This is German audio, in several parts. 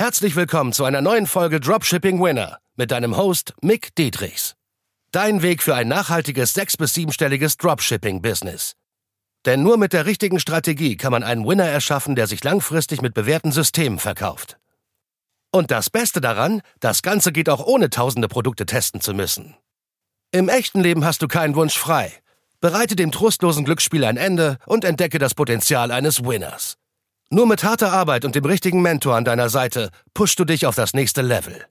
Herzlich willkommen zu einer neuen Folge Dropshipping Winner mit deinem Host Mick Dietrichs. Dein Weg für ein nachhaltiges 6- bis 7-stelliges Dropshipping-Business. Denn nur mit der richtigen Strategie kann man einen Winner erschaffen, der sich langfristig mit bewährten Systemen verkauft. Und das Beste daran, das Ganze geht auch ohne tausende Produkte testen zu müssen. Im echten Leben hast du keinen Wunsch frei. Bereite dem trostlosen Glücksspiel ein Ende und entdecke das Potenzial eines Winners. Nur mit harter Arbeit und dem richtigen Mentor an deiner Seite pushst du dich auf das nächste Level.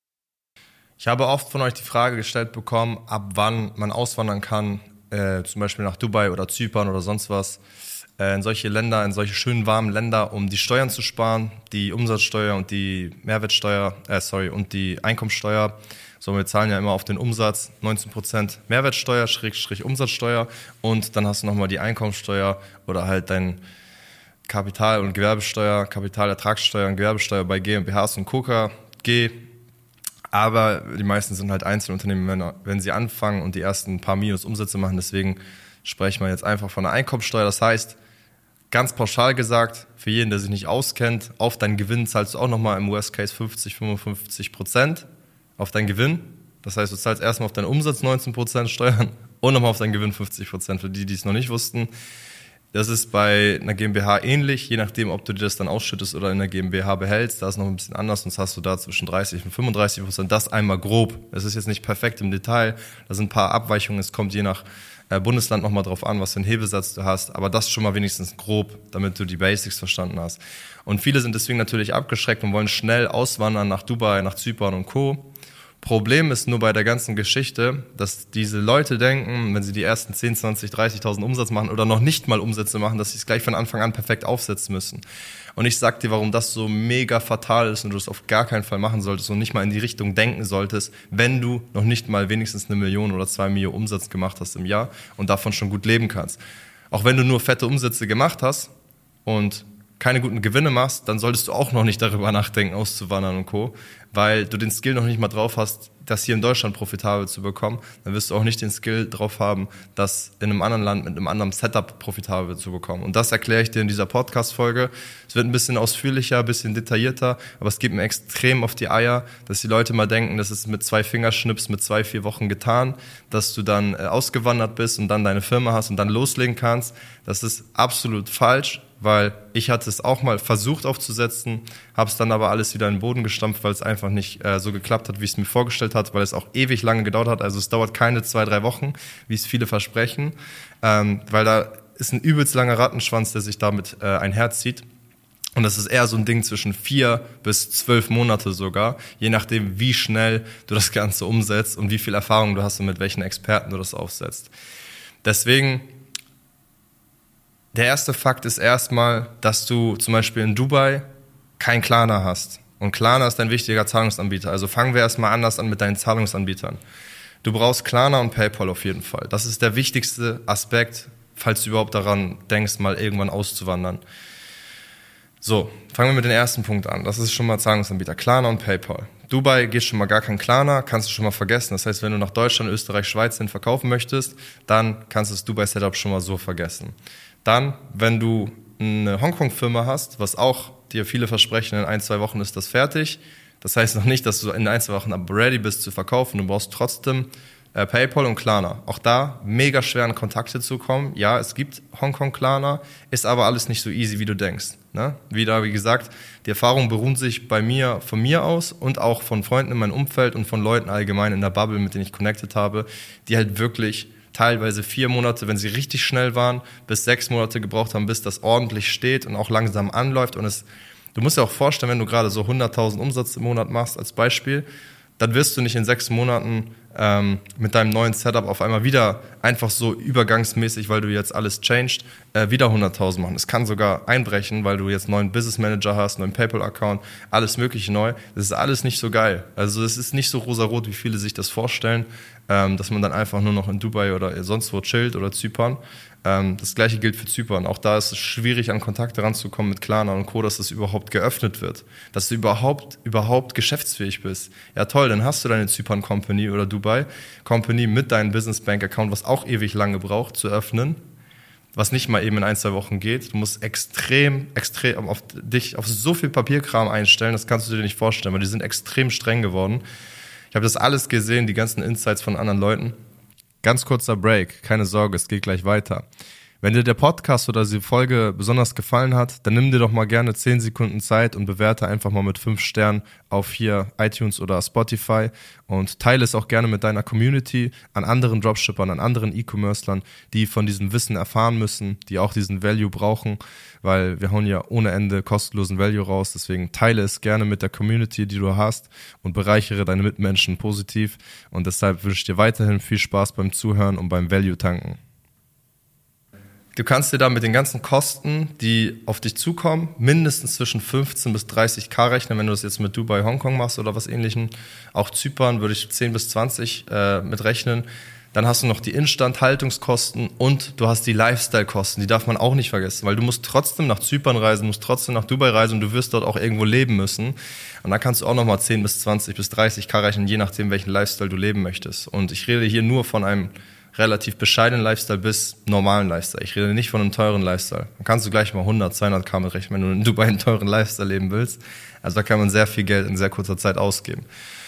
Ich habe oft von euch die Frage gestellt bekommen, ab wann man auswandern kann, zum Beispiel nach Dubai oder Zypern oder sonst was, in solche Länder, in solche schönen warmen Länder, um die Steuern zu sparen, die Umsatzsteuer und die Mehrwertsteuer, und die Einkommensteuer. So, wir zahlen ja immer auf den Umsatz 19% Mehrwertsteuer, / Umsatzsteuer und dann hast du nochmal die Einkommensteuer oder halt dein Kapital- und Gewerbesteuer, Kapitalertragssteuer und Gewerbesteuer bei GmbHs und KG. Aber die meisten sind halt Einzelunternehmen, wenn sie anfangen und die ersten paar Minusumsätze machen. Deswegen sprechen wir jetzt einfach von der Einkommensteuer. Das heißt, ganz pauschal gesagt, für jeden, der sich nicht auskennt, auf deinen Gewinn zahlst du auch nochmal im Worst Case 50-55% auf deinen Gewinn. Das heißt, du zahlst erstmal auf deinen Umsatz 19% Steuern und nochmal auf deinen Gewinn 50%. Für die, die es noch nicht wussten. Das ist bei einer GmbH ähnlich, je nachdem, ob du dir das dann ausschüttest oder in der GmbH behältst. Da ist noch ein bisschen anders, sonst hast du da zwischen 30 und 35%. Das einmal grob. Es ist jetzt nicht perfekt im Detail. Da sind ein paar Abweichungen. Es kommt je nach Bundesland nochmal drauf an, was für einen Hebesatz du hast. Aber das schon mal wenigstens grob, damit du die Basics verstanden hast. Und viele sind deswegen natürlich abgeschreckt und wollen schnell auswandern nach Dubai, nach Zypern und Co. Problem ist nur bei der ganzen Geschichte, dass diese Leute denken, wenn sie die ersten 10, 20, 30.000 Umsatz machen oder noch nicht mal Umsätze machen, dass sie es gleich von Anfang an perfekt aufsetzen müssen. Und ich sag dir, warum das so mega fatal ist und du es auf gar keinen Fall machen solltest und nicht mal in die Richtung denken solltest, wenn du noch nicht mal wenigstens 1 Million oder 2 Millionen Umsatz gemacht hast im Jahr und davon schon gut leben kannst. Auch wenn du nur fette Umsätze gemacht hast und keine guten Gewinne machst, dann solltest du auch noch nicht darüber nachdenken, auszuwandern und Co., weil du den Skill noch nicht mal drauf hast, das hier in Deutschland profitabel zu bekommen. Dann wirst du auch nicht den Skill drauf haben, das in einem anderen Land mit einem anderen Setup profitabel zu bekommen. Und das erkläre ich dir in dieser Podcast-Folge. Es wird ein bisschen ausführlicher, ein bisschen detaillierter, aber es geht mir extrem auf die Eier, dass die Leute mal denken, das ist mit 2 Fingerschnips, mit 2-4 Wochen getan, dass du dann ausgewandert bist und dann deine Firma hast und dann loslegen kannst. Das ist absolut falsch, weil ich hatte es auch mal versucht aufzusetzen, habe es dann aber alles wieder in den Boden gestampft, weil es einfach nicht so geklappt hat, wie ich es mir vorgestellt habe, weil es auch ewig lange gedauert hat. Also es dauert keine 2-3 Wochen, wie es viele versprechen, weil da ist ein übelst langer Rattenschwanz, der sich damit einherzieht. Und das ist eher so ein Ding zwischen 4 bis 12 Monate sogar, je nachdem, wie schnell du das Ganze umsetzt und wie viel Erfahrung du hast und mit welchen Experten du das aufsetzt. Deswegen, der erste Fakt ist erstmal, dass du zum Beispiel in Dubai kein Klarna hast. Und Klarna ist ein wichtiger Zahlungsanbieter. Also fangen wir erstmal anders an mit deinen Zahlungsanbietern. Du brauchst Klarna und PayPal auf jeden Fall. Das ist der wichtigste Aspekt, falls du überhaupt daran denkst, mal irgendwann auszuwandern. So, fangen wir mit dem ersten Punkt an. Das ist schon mal Zahlungsanbieter, Klarna und PayPal. Dubai geht schon mal gar kein Klarna, kannst du schon mal vergessen. Das heißt, wenn du nach Deutschland, Österreich, Schweiz hin verkaufen möchtest, dann kannst du das Dubai-Setup schon mal so vergessen. Dann, wenn du eine Hongkong-Firma hast, was auch dir viele versprechen, in 1-2 Wochen ist das fertig. Das heißt noch nicht, dass du in 1-2 Wochen ready bist zu verkaufen. Du brauchst trotzdem PayPal und Klarna. Auch da mega schwer an Kontakte zu kommen. Ja, es gibt Hongkong-Klarna, ist aber alles nicht so easy, wie du denkst. Ne? Wie gesagt, die Erfahrungen beruhen sich von mir aus und auch von Freunden in meinem Umfeld und von Leuten allgemein in der Bubble, mit denen ich connected habe, die halt wirklich teilweise 4 Monate, wenn sie richtig schnell waren, bis 6 Monate gebraucht haben, bis das ordentlich steht und auch langsam anläuft. Und du musst dir auch vorstellen, wenn du gerade so 100.000 Umsatz im Monat machst als Beispiel, dann wirst du nicht in 6 Monaten mit deinem neuen Setup auf einmal wieder einfach so übergangsmäßig, weil du jetzt alles changed, wieder 100.000 machen. Es kann sogar einbrechen, weil du jetzt einen neuen Business Manager hast, einen neuen PayPal-Account, alles mögliche neu. Das ist alles nicht so geil. Also es ist nicht so rosarot, wie viele sich das vorstellen, dass man dann einfach nur noch in Dubai oder sonst wo chillt oder Zypern. Das gleiche gilt für Zypern. Auch da ist es schwierig, an Kontakte ranzukommen mit Klarna und Co., dass das überhaupt geöffnet wird. Dass du überhaupt geschäftsfähig bist. Ja toll, dann hast du deine Zypern-Company oder Dubai-Company mit deinem Business-Bank-Account, was auch ewig lange braucht zu öffnen. was nicht mal eben in 1-2 Wochen geht. Du musst extrem auf so viel Papierkram einstellen, das kannst du dir nicht vorstellen, weil die sind extrem streng geworden. Ich habe das alles gesehen, die ganzen Insights von anderen Leuten. Ganz kurzer Break, keine Sorge, es geht gleich weiter. Wenn dir der Podcast oder die Folge besonders gefallen hat, dann nimm dir doch mal gerne 10 Sekunden Zeit und bewerte einfach mal mit 5 Sternen auf hier iTunes oder Spotify und teile es auch gerne mit deiner Community, an anderen Dropshippern, an anderen E-Commercern, die von diesem Wissen erfahren müssen, die auch diesen Value brauchen, weil wir hauen ja ohne Ende kostenlosen Value raus. Deswegen teile es gerne mit der Community, die du hast und bereichere deine Mitmenschen positiv. Und deshalb wünsche ich dir weiterhin viel Spaß beim Zuhören und beim Value-Tanken. Du kannst dir da mit den ganzen Kosten, die auf dich zukommen, mindestens zwischen 15 bis 30k rechnen, wenn du das jetzt mit Dubai, Hongkong machst oder was Ähnlichem. Auch Zypern würde ich 10 bis 20 mit rechnen. Dann hast du noch die Instandhaltungskosten und du hast die Lifestyle-Kosten, die darf man auch nicht vergessen, weil du musst trotzdem nach Zypern reisen, musst trotzdem nach Dubai reisen und du wirst dort auch irgendwo leben müssen. Und da kannst du auch nochmal 10 bis 20 bis 30k rechnen, je nachdem, welchen Lifestyle du leben möchtest. Und ich rede hier nur von einem relativ bescheidenen Lifestyle bis normalen Lifestyle. Ich rede nicht von einem teuren Lifestyle. Dann kannst du gleich mal 100, 200k mit rechnen, wenn du in Dubai einen teuren Lifestyle leben willst. Also da kann man sehr viel Geld in sehr kurzer Zeit ausgeben.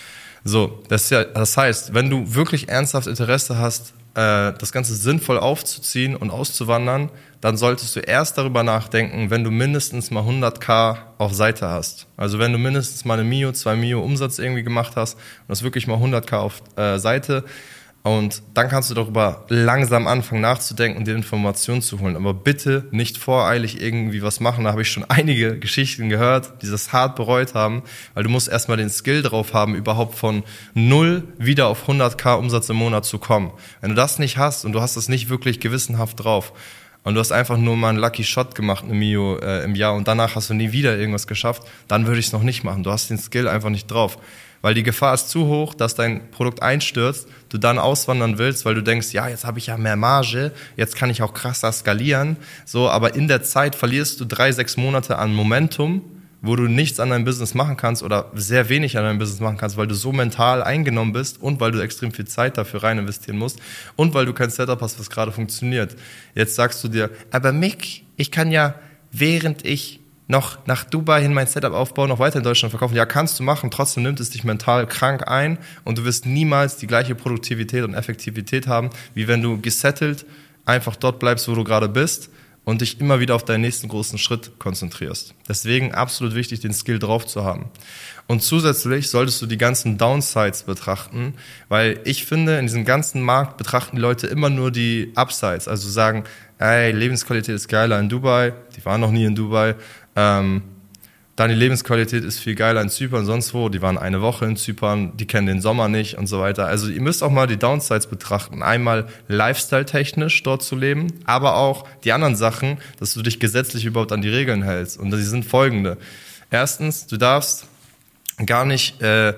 So, das heißt, wenn du wirklich ernsthaft Interesse hast, das Ganze sinnvoll aufzuziehen und auszuwandern, dann solltest du erst darüber nachdenken, wenn du mindestens mal 100k auf Seite hast. Also wenn du mindestens mal 2 Mio Umsatz irgendwie gemacht hast und das wirklich mal 100k auf Seite. Und dann kannst du darüber langsam anfangen nachzudenken und dir Informationen zu holen. Aber bitte nicht voreilig irgendwie was machen. Da habe ich schon einige Geschichten gehört, die das hart bereut haben. Weil du musst erstmal den Skill drauf haben, überhaupt von 0 wieder auf 100k Umsatz im Monat zu kommen. Wenn du das nicht hast und du hast das nicht wirklich gewissenhaft drauf und du hast einfach nur mal einen Lucky Shot gemacht, eine Mio im Jahr und danach hast du nie wieder irgendwas geschafft, dann würde ich es noch nicht machen. Du hast den Skill einfach nicht drauf. Weil die Gefahr ist zu hoch, dass dein Produkt einstürzt, du dann auswandern willst, weil du denkst, ja, jetzt habe ich ja mehr Marge, jetzt kann ich auch krasser skalieren. So, aber in der Zeit verlierst du 3-6 Monate an Momentum, wo du nichts an deinem Business machen kannst oder sehr wenig an deinem Business machen kannst, weil du so mental eingenommen bist und weil du extrem viel Zeit dafür rein investieren musst und weil du kein Setup hast, was gerade funktioniert. Jetzt sagst du dir, aber Mick, ich kann ja, während ich noch nach Dubai hin mein Setup aufbauen, noch weiter in Deutschland verkaufen. Ja, kannst du machen, trotzdem nimmt es dich mental krank ein und du wirst niemals die gleiche Produktivität und Effektivität haben, wie wenn du gesettelt einfach dort bleibst, wo du gerade bist und dich immer wieder auf deinen nächsten großen Schritt konzentrierst. Deswegen absolut wichtig, den Skill drauf zu haben. Und zusätzlich solltest du die ganzen Downsides betrachten, weil ich finde, in diesem ganzen Markt betrachten die Leute immer nur die Upsides, also sagen, ey, Lebensqualität ist geiler in Dubai, die waren noch nie in Dubai, dann die Lebensqualität ist viel geiler in Zypern, sonst wo, die waren eine Woche in Zypern, die kennen den Sommer nicht und so weiter. Also ihr müsst auch mal die Downsides betrachten, einmal lifestyle-technisch dort zu leben, aber auch die anderen Sachen, dass du dich gesetzlich überhaupt an die Regeln hältst. Und die sind folgende. Erstens, du darfst gar nicht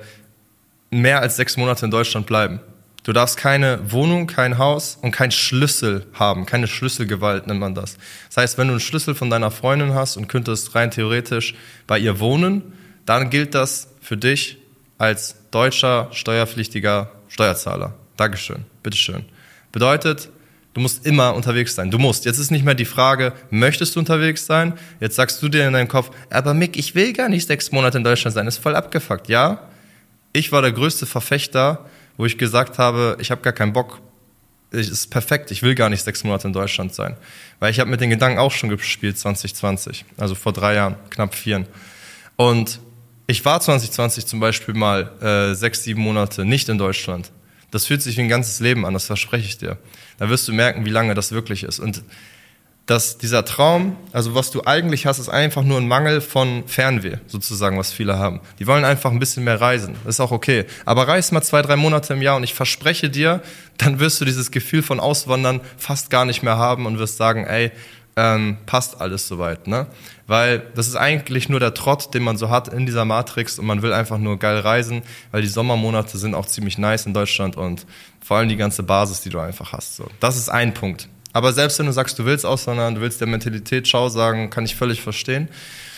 mehr als 6 Monate in Deutschland bleiben. Du darfst keine Wohnung, kein Haus und kein Schlüssel haben. Keine Schlüsselgewalt nennt man das. Das heißt, wenn du einen Schlüssel von deiner Freundin hast und könntest rein theoretisch bei ihr wohnen, dann gilt das für dich als deutscher, steuerpflichtiger Steuerzahler. Dankeschön, bitteschön. Bedeutet, du musst immer unterwegs sein. Du musst. Jetzt ist nicht mehr die Frage, möchtest du unterwegs sein? Jetzt sagst du dir in deinem Kopf, aber Mick, ich will gar nicht 6 Monate in Deutschland sein. Das ist voll abgefuckt. Ja, ich war der größte Verfechter, wo ich gesagt habe, ich habe gar keinen Bock, es ist perfekt, ich will gar nicht 6 Monate in Deutschland sein. Weil ich habe mit den Gedanken auch schon gespielt 2020, also vor 3 Jahren, knapp 4. Und ich war 2020 zum Beispiel mal 6, 7 Monate nicht in Deutschland. Das fühlt sich wie ein ganzes Leben an, das verspreche ich dir. Da wirst du merken, wie lange das wirklich ist. Und dieser Traum, also was du eigentlich hast, ist einfach nur ein Mangel von Fernweh, sozusagen, was viele haben. Die wollen einfach ein bisschen mehr reisen, das ist auch okay. Aber reis mal 2, 3 Monate im Jahr und ich verspreche dir, dann wirst du dieses Gefühl von Auswandern fast gar nicht mehr haben und wirst sagen, ey, passt alles soweit, ne? Weil das ist eigentlich nur der Trott, den man so hat in dieser Matrix und man will einfach nur geil reisen, weil die Sommermonate sind auch ziemlich nice in Deutschland und vor allem die ganze Basis, die du einfach hast. So, das ist ein Punkt. Aber selbst wenn du sagst, du willst auswandern, du willst der Mentalität Schau sagen, kann ich völlig verstehen.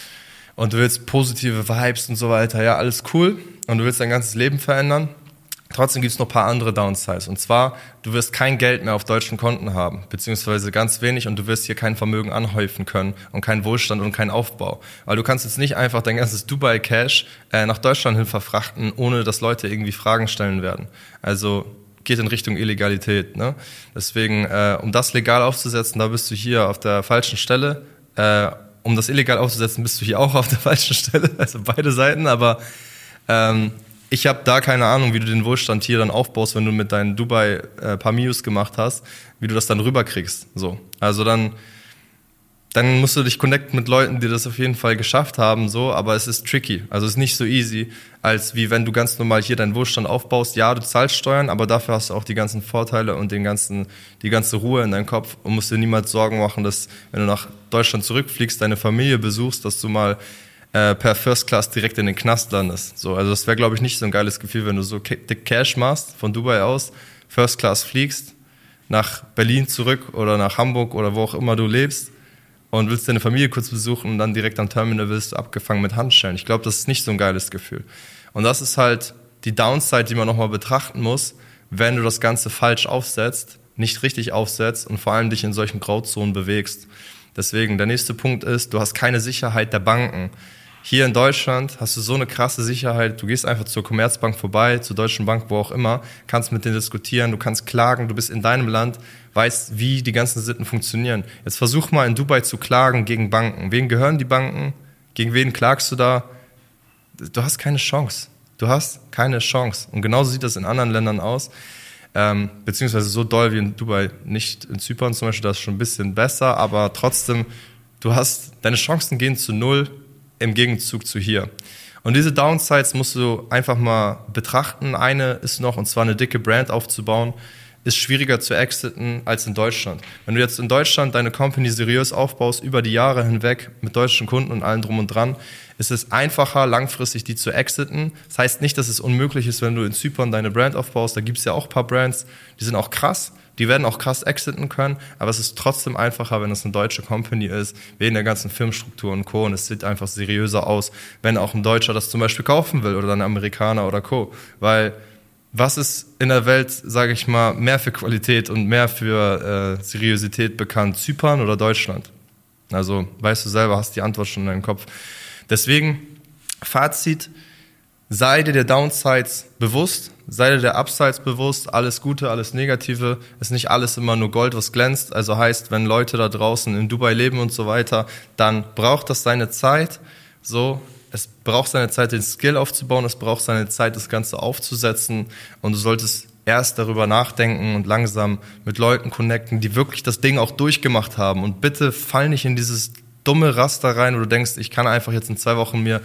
Und du willst positive Vibes und so weiter, ja, alles cool. Und du willst dein ganzes Leben verändern. Trotzdem gibt es noch ein paar andere Downsides. Und zwar, du wirst kein Geld mehr auf deutschen Konten haben, beziehungsweise ganz wenig, und du wirst hier kein Vermögen anhäufen können und keinen Wohlstand und keinen Aufbau. Weil du kannst jetzt nicht einfach dein ganzes Dubai-Cash nach Deutschland hin verfrachten, ohne dass Leute irgendwie Fragen stellen werden. Also geht in Richtung Illegalität. Ne? Deswegen, um das legal aufzusetzen, da bist du hier auf der falschen Stelle. Um das illegal aufzusetzen, bist du hier auch auf der falschen Stelle. Also beide Seiten, aber ich habe da keine Ahnung, wie du den Wohlstand hier dann aufbaust, wenn du mit deinen Dubai paar Mios gemacht hast, wie du das dann rüberkriegst. So. Also dann musst du dich connecten mit Leuten, die das auf jeden Fall geschafft haben, so, aber es ist tricky. Also es ist nicht so easy, als wie wenn du ganz normal hier deinen Wohlstand aufbaust. Ja, du zahlst Steuern, aber dafür hast du auch die ganzen Vorteile und die ganze Ruhe in deinem Kopf und musst dir niemals Sorgen machen, dass, wenn du nach Deutschland zurückfliegst, deine Familie besuchst, dass du mal per First Class direkt in den Knast landest. So, also das wäre, glaube ich, nicht so ein geiles Gefühl, wenn du so dick Cash machst, von Dubai aus, First Class fliegst, nach Berlin zurück oder nach Hamburg oder wo auch immer du lebst und willst deine Familie kurz besuchen und dann direkt am Terminal wirst du abgefangen mit Handschellen. Ich glaube, das ist nicht so ein geiles Gefühl. Und das ist halt die Downside, die man nochmal betrachten muss, wenn du das Ganze falsch aufsetzt, nicht richtig aufsetzt und vor allem dich in solchen Grauzonen bewegst. Deswegen, der nächste Punkt ist, du hast keine Sicherheit der Banken. Hier in Deutschland hast du so eine krasse Sicherheit, du gehst einfach zur Commerzbank vorbei, zur Deutschen Bank, wo auch immer, kannst mit denen diskutieren, du kannst klagen, du bist in deinem Land, weißt, wie die ganzen Sitten funktionieren. Jetzt versuch mal in Dubai zu klagen gegen Banken. Wem gehören die Banken? Gegen wen klagst du da? Du hast keine Chance. Du hast keine Chance. Und genauso sieht das in anderen Ländern aus. Beziehungsweise so doll wie in Dubai, nicht in Zypern zum Beispiel, das ist schon ein bisschen besser, aber trotzdem, deine Chancen gehen zu null im Gegenzug zu hier. Und diese Downsides musst du einfach mal betrachten. Eine ist noch, und zwar eine dicke Brand aufzubauen, ist schwieriger zu exiten als in Deutschland. Wenn du jetzt in Deutschland deine Company seriös aufbaust, über die Jahre hinweg mit deutschen Kunden und allem drum und dran, ist es einfacher, langfristig die zu exiten. Das heißt nicht, dass es unmöglich ist, wenn du in Zypern deine Brand aufbaust. Da gibt es ja auch ein paar Brands, die sind auch krass. Die werden auch krass exiten können, aber es ist trotzdem einfacher, wenn es eine deutsche Company ist, wegen der ganzen Firmenstruktur und Co. Und es sieht einfach seriöser aus, wenn auch ein Deutscher das zum Beispiel kaufen will oder ein Amerikaner oder Co. Weil was ist in der Welt, sage ich mal, mehr für Qualität und mehr für Seriosität bekannt? Zypern oder Deutschland? Also weißt du selber, hast die Antwort schon in deinem Kopf. Deswegen, Fazit, sei dir der Downsides bewusst, sei dir der Upsides bewusst, alles Gute, alles Negative, ist nicht alles immer nur Gold, was glänzt. Also heißt, wenn Leute da draußen in Dubai leben und so weiter, dann braucht das seine Zeit. So, es braucht seine Zeit, den Skill aufzubauen, es braucht seine Zeit, das Ganze aufzusetzen und du solltest erst darüber nachdenken und langsam mit Leuten connecten, die wirklich das Ding auch durchgemacht haben. Und bitte fall nicht in dieses dumme Raster rein, wo du denkst, ich kann einfach jetzt in 2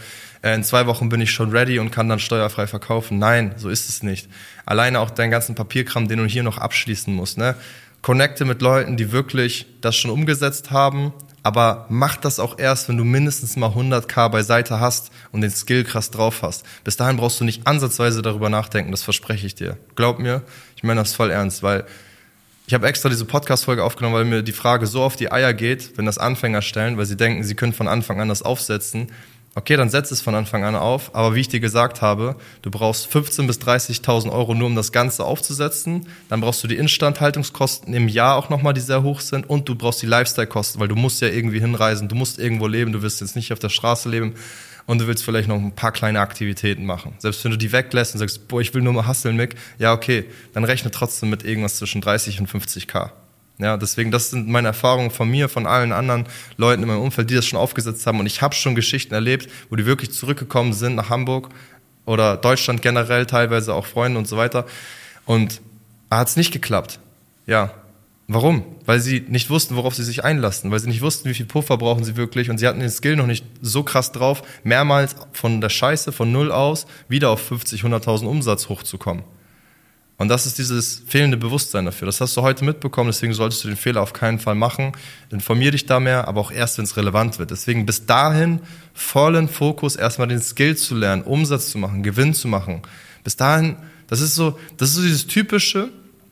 Wochen bin ich schon ready und kann dann steuerfrei verkaufen. Nein, so ist es nicht. Alleine auch deinen ganzen Papierkram, den du hier noch abschließen musst. Ne? Connecte mit Leuten, die wirklich das schon umgesetzt haben, aber mach das auch erst, wenn du mindestens mal 100.000 beiseite hast und den Skill krass drauf hast. Bis dahin brauchst du nicht ansatzweise darüber nachdenken, das verspreche ich dir. Glaub mir, ich meine das voll ernst, weil ich habe extra diese Podcast-Folge aufgenommen, weil mir die Frage so auf die Eier geht, wenn das Anfänger stellen, weil sie denken, sie können von Anfang an das aufsetzen. Okay, dann setz es von Anfang an auf, aber wie ich dir gesagt habe, du brauchst 15.000 bis 30.000 Euro nur, um das Ganze aufzusetzen. Dann brauchst du die Instandhaltungskosten im Jahr auch nochmal, die sehr hoch sind, und du brauchst die Lifestyle-Kosten, weil du musst ja irgendwie hinreisen, du musst irgendwo leben, du wirst jetzt nicht auf der Straße leben und du willst vielleicht noch ein paar kleine Aktivitäten machen. Selbst wenn du die weglässt und sagst, boah, ich will nur mal hustlen, Mick, ja okay, dann rechne trotzdem mit irgendwas zwischen 30 und 50.000. Ja, deswegen, das sind meine Erfahrungen von mir, von allen anderen Leuten in meinem Umfeld, die das schon aufgesetzt haben. Und ich habe schon Geschichten erlebt, wo die wirklich zurückgekommen sind nach Hamburg oder Deutschland generell, teilweise auch Freunde und so weiter. Und hat es nicht geklappt. Ja, warum? Weil sie nicht wussten, worauf sie sich einlassen, weil sie nicht wussten, wie viel Puffer brauchen sie wirklich, und sie hatten den Skill noch nicht so krass drauf, mehrmals von der Scheiße, von null aus, wieder auf 50.000, 100.000 Umsatz hochzukommen. Und das ist dieses fehlende Bewusstsein dafür. Das hast du heute mitbekommen, deswegen solltest du den Fehler auf keinen Fall machen. Informier dich da mehr, aber auch erst, wenn es relevant wird. Deswegen bis dahin vollen Fokus, erstmal den Skill zu lernen, Umsatz zu machen, Gewinn zu machen. Bis dahin, das ist so dieses typische,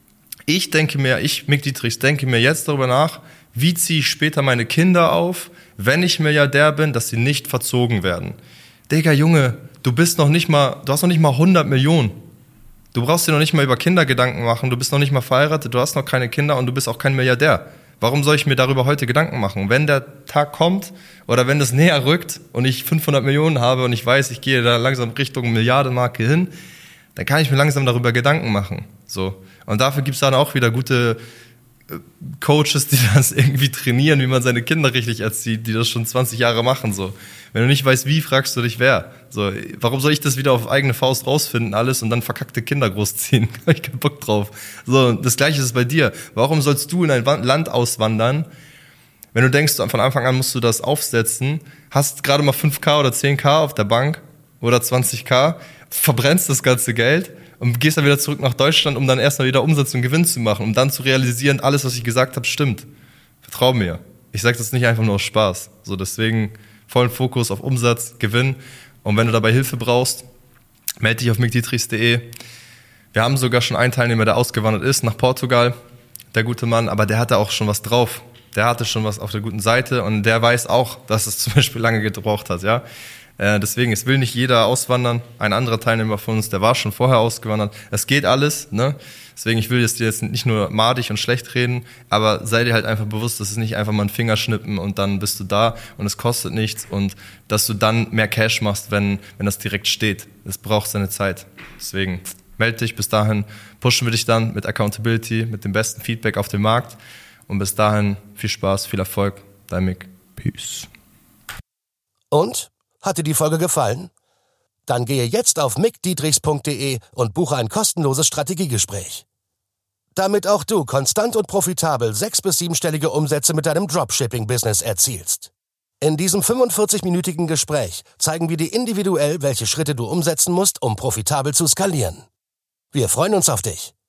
Mick Dietrichs, denke mir jetzt darüber nach, wie ziehe ich später meine Kinder auf, wenn ich Milliardär bin, dass sie nicht verzogen werden. Digga, Junge, du hast noch nicht mal 100 Millionen. Du brauchst dir noch nicht mal über Kinder Gedanken machen, du bist noch nicht mal verheiratet, du hast noch keine Kinder und du bist auch kein Milliardär. Warum soll ich mir darüber heute Gedanken machen? Wenn der Tag kommt oder wenn das näher rückt und ich 500 Millionen habe und ich weiß, ich gehe da langsam Richtung Milliardenmarke hin, dann kann ich mir langsam darüber Gedanken machen. So. Und dafür gibt's dann auch wieder gute Coaches, die das irgendwie trainieren, wie man seine Kinder richtig erzieht, die das schon 20 Jahre machen. So. Wenn du nicht weißt, wie, fragst du dich, wer. So, warum soll ich das wieder auf eigene Faust rausfinden, alles, und dann verkackte Kinder großziehen? Da hab ich keinen Bock drauf. So, das Gleiche ist bei dir. Warum sollst du in ein Land auswandern, wenn du denkst, von Anfang an musst du das aufsetzen, hast gerade mal 5.000 oder 10.000 auf der Bank oder 20.000, verbrennst das ganze Geld und gehst dann wieder zurück nach Deutschland, um dann erstmal wieder Umsatz und Gewinn zu machen, um dann zu realisieren, alles, was ich gesagt habe, stimmt. Vertrau mir. Ich sage das nicht einfach nur aus Spaß. So, deswegen vollen Fokus auf Umsatz, Gewinn. Und wenn du dabei Hilfe brauchst, melde dich auf mickdietrichs.de. Wir haben sogar schon einen Teilnehmer, der ausgewandert ist nach Portugal, der gute Mann, aber der hatte auch schon was drauf. Der hatte schon was auf der guten Seite und der weiß auch, dass es zum Beispiel lange gebraucht hat, ja. Deswegen, es will nicht jeder auswandern. Ein anderer Teilnehmer von uns, der war schon vorher ausgewandert. Es geht alles, ne? Deswegen, ich will dir jetzt nicht nur madig und schlecht reden, aber sei dir halt einfach bewusst, dass es nicht einfach mal ein Fingerschnippen und dann bist du da und es kostet nichts und dass du dann mehr Cash machst, wenn das direkt steht. Es braucht seine Zeit. Deswegen, melde dich. Bis dahin pushen wir dich dann mit Accountability, mit dem besten Feedback auf dem Markt. Und bis dahin viel Spaß, viel Erfolg. Dein Mick. Peace. Und? Hat dir die Folge gefallen? Dann gehe jetzt auf mickdietrichs.de und buche ein kostenloses Strategiegespräch. Damit auch du konstant und profitabel 6- bis 7-stellige Umsätze mit deinem Dropshipping-Business erzielst. In diesem 45-minütigen Gespräch zeigen wir dir individuell, welche Schritte du umsetzen musst, um profitabel zu skalieren. Wir freuen uns auf dich.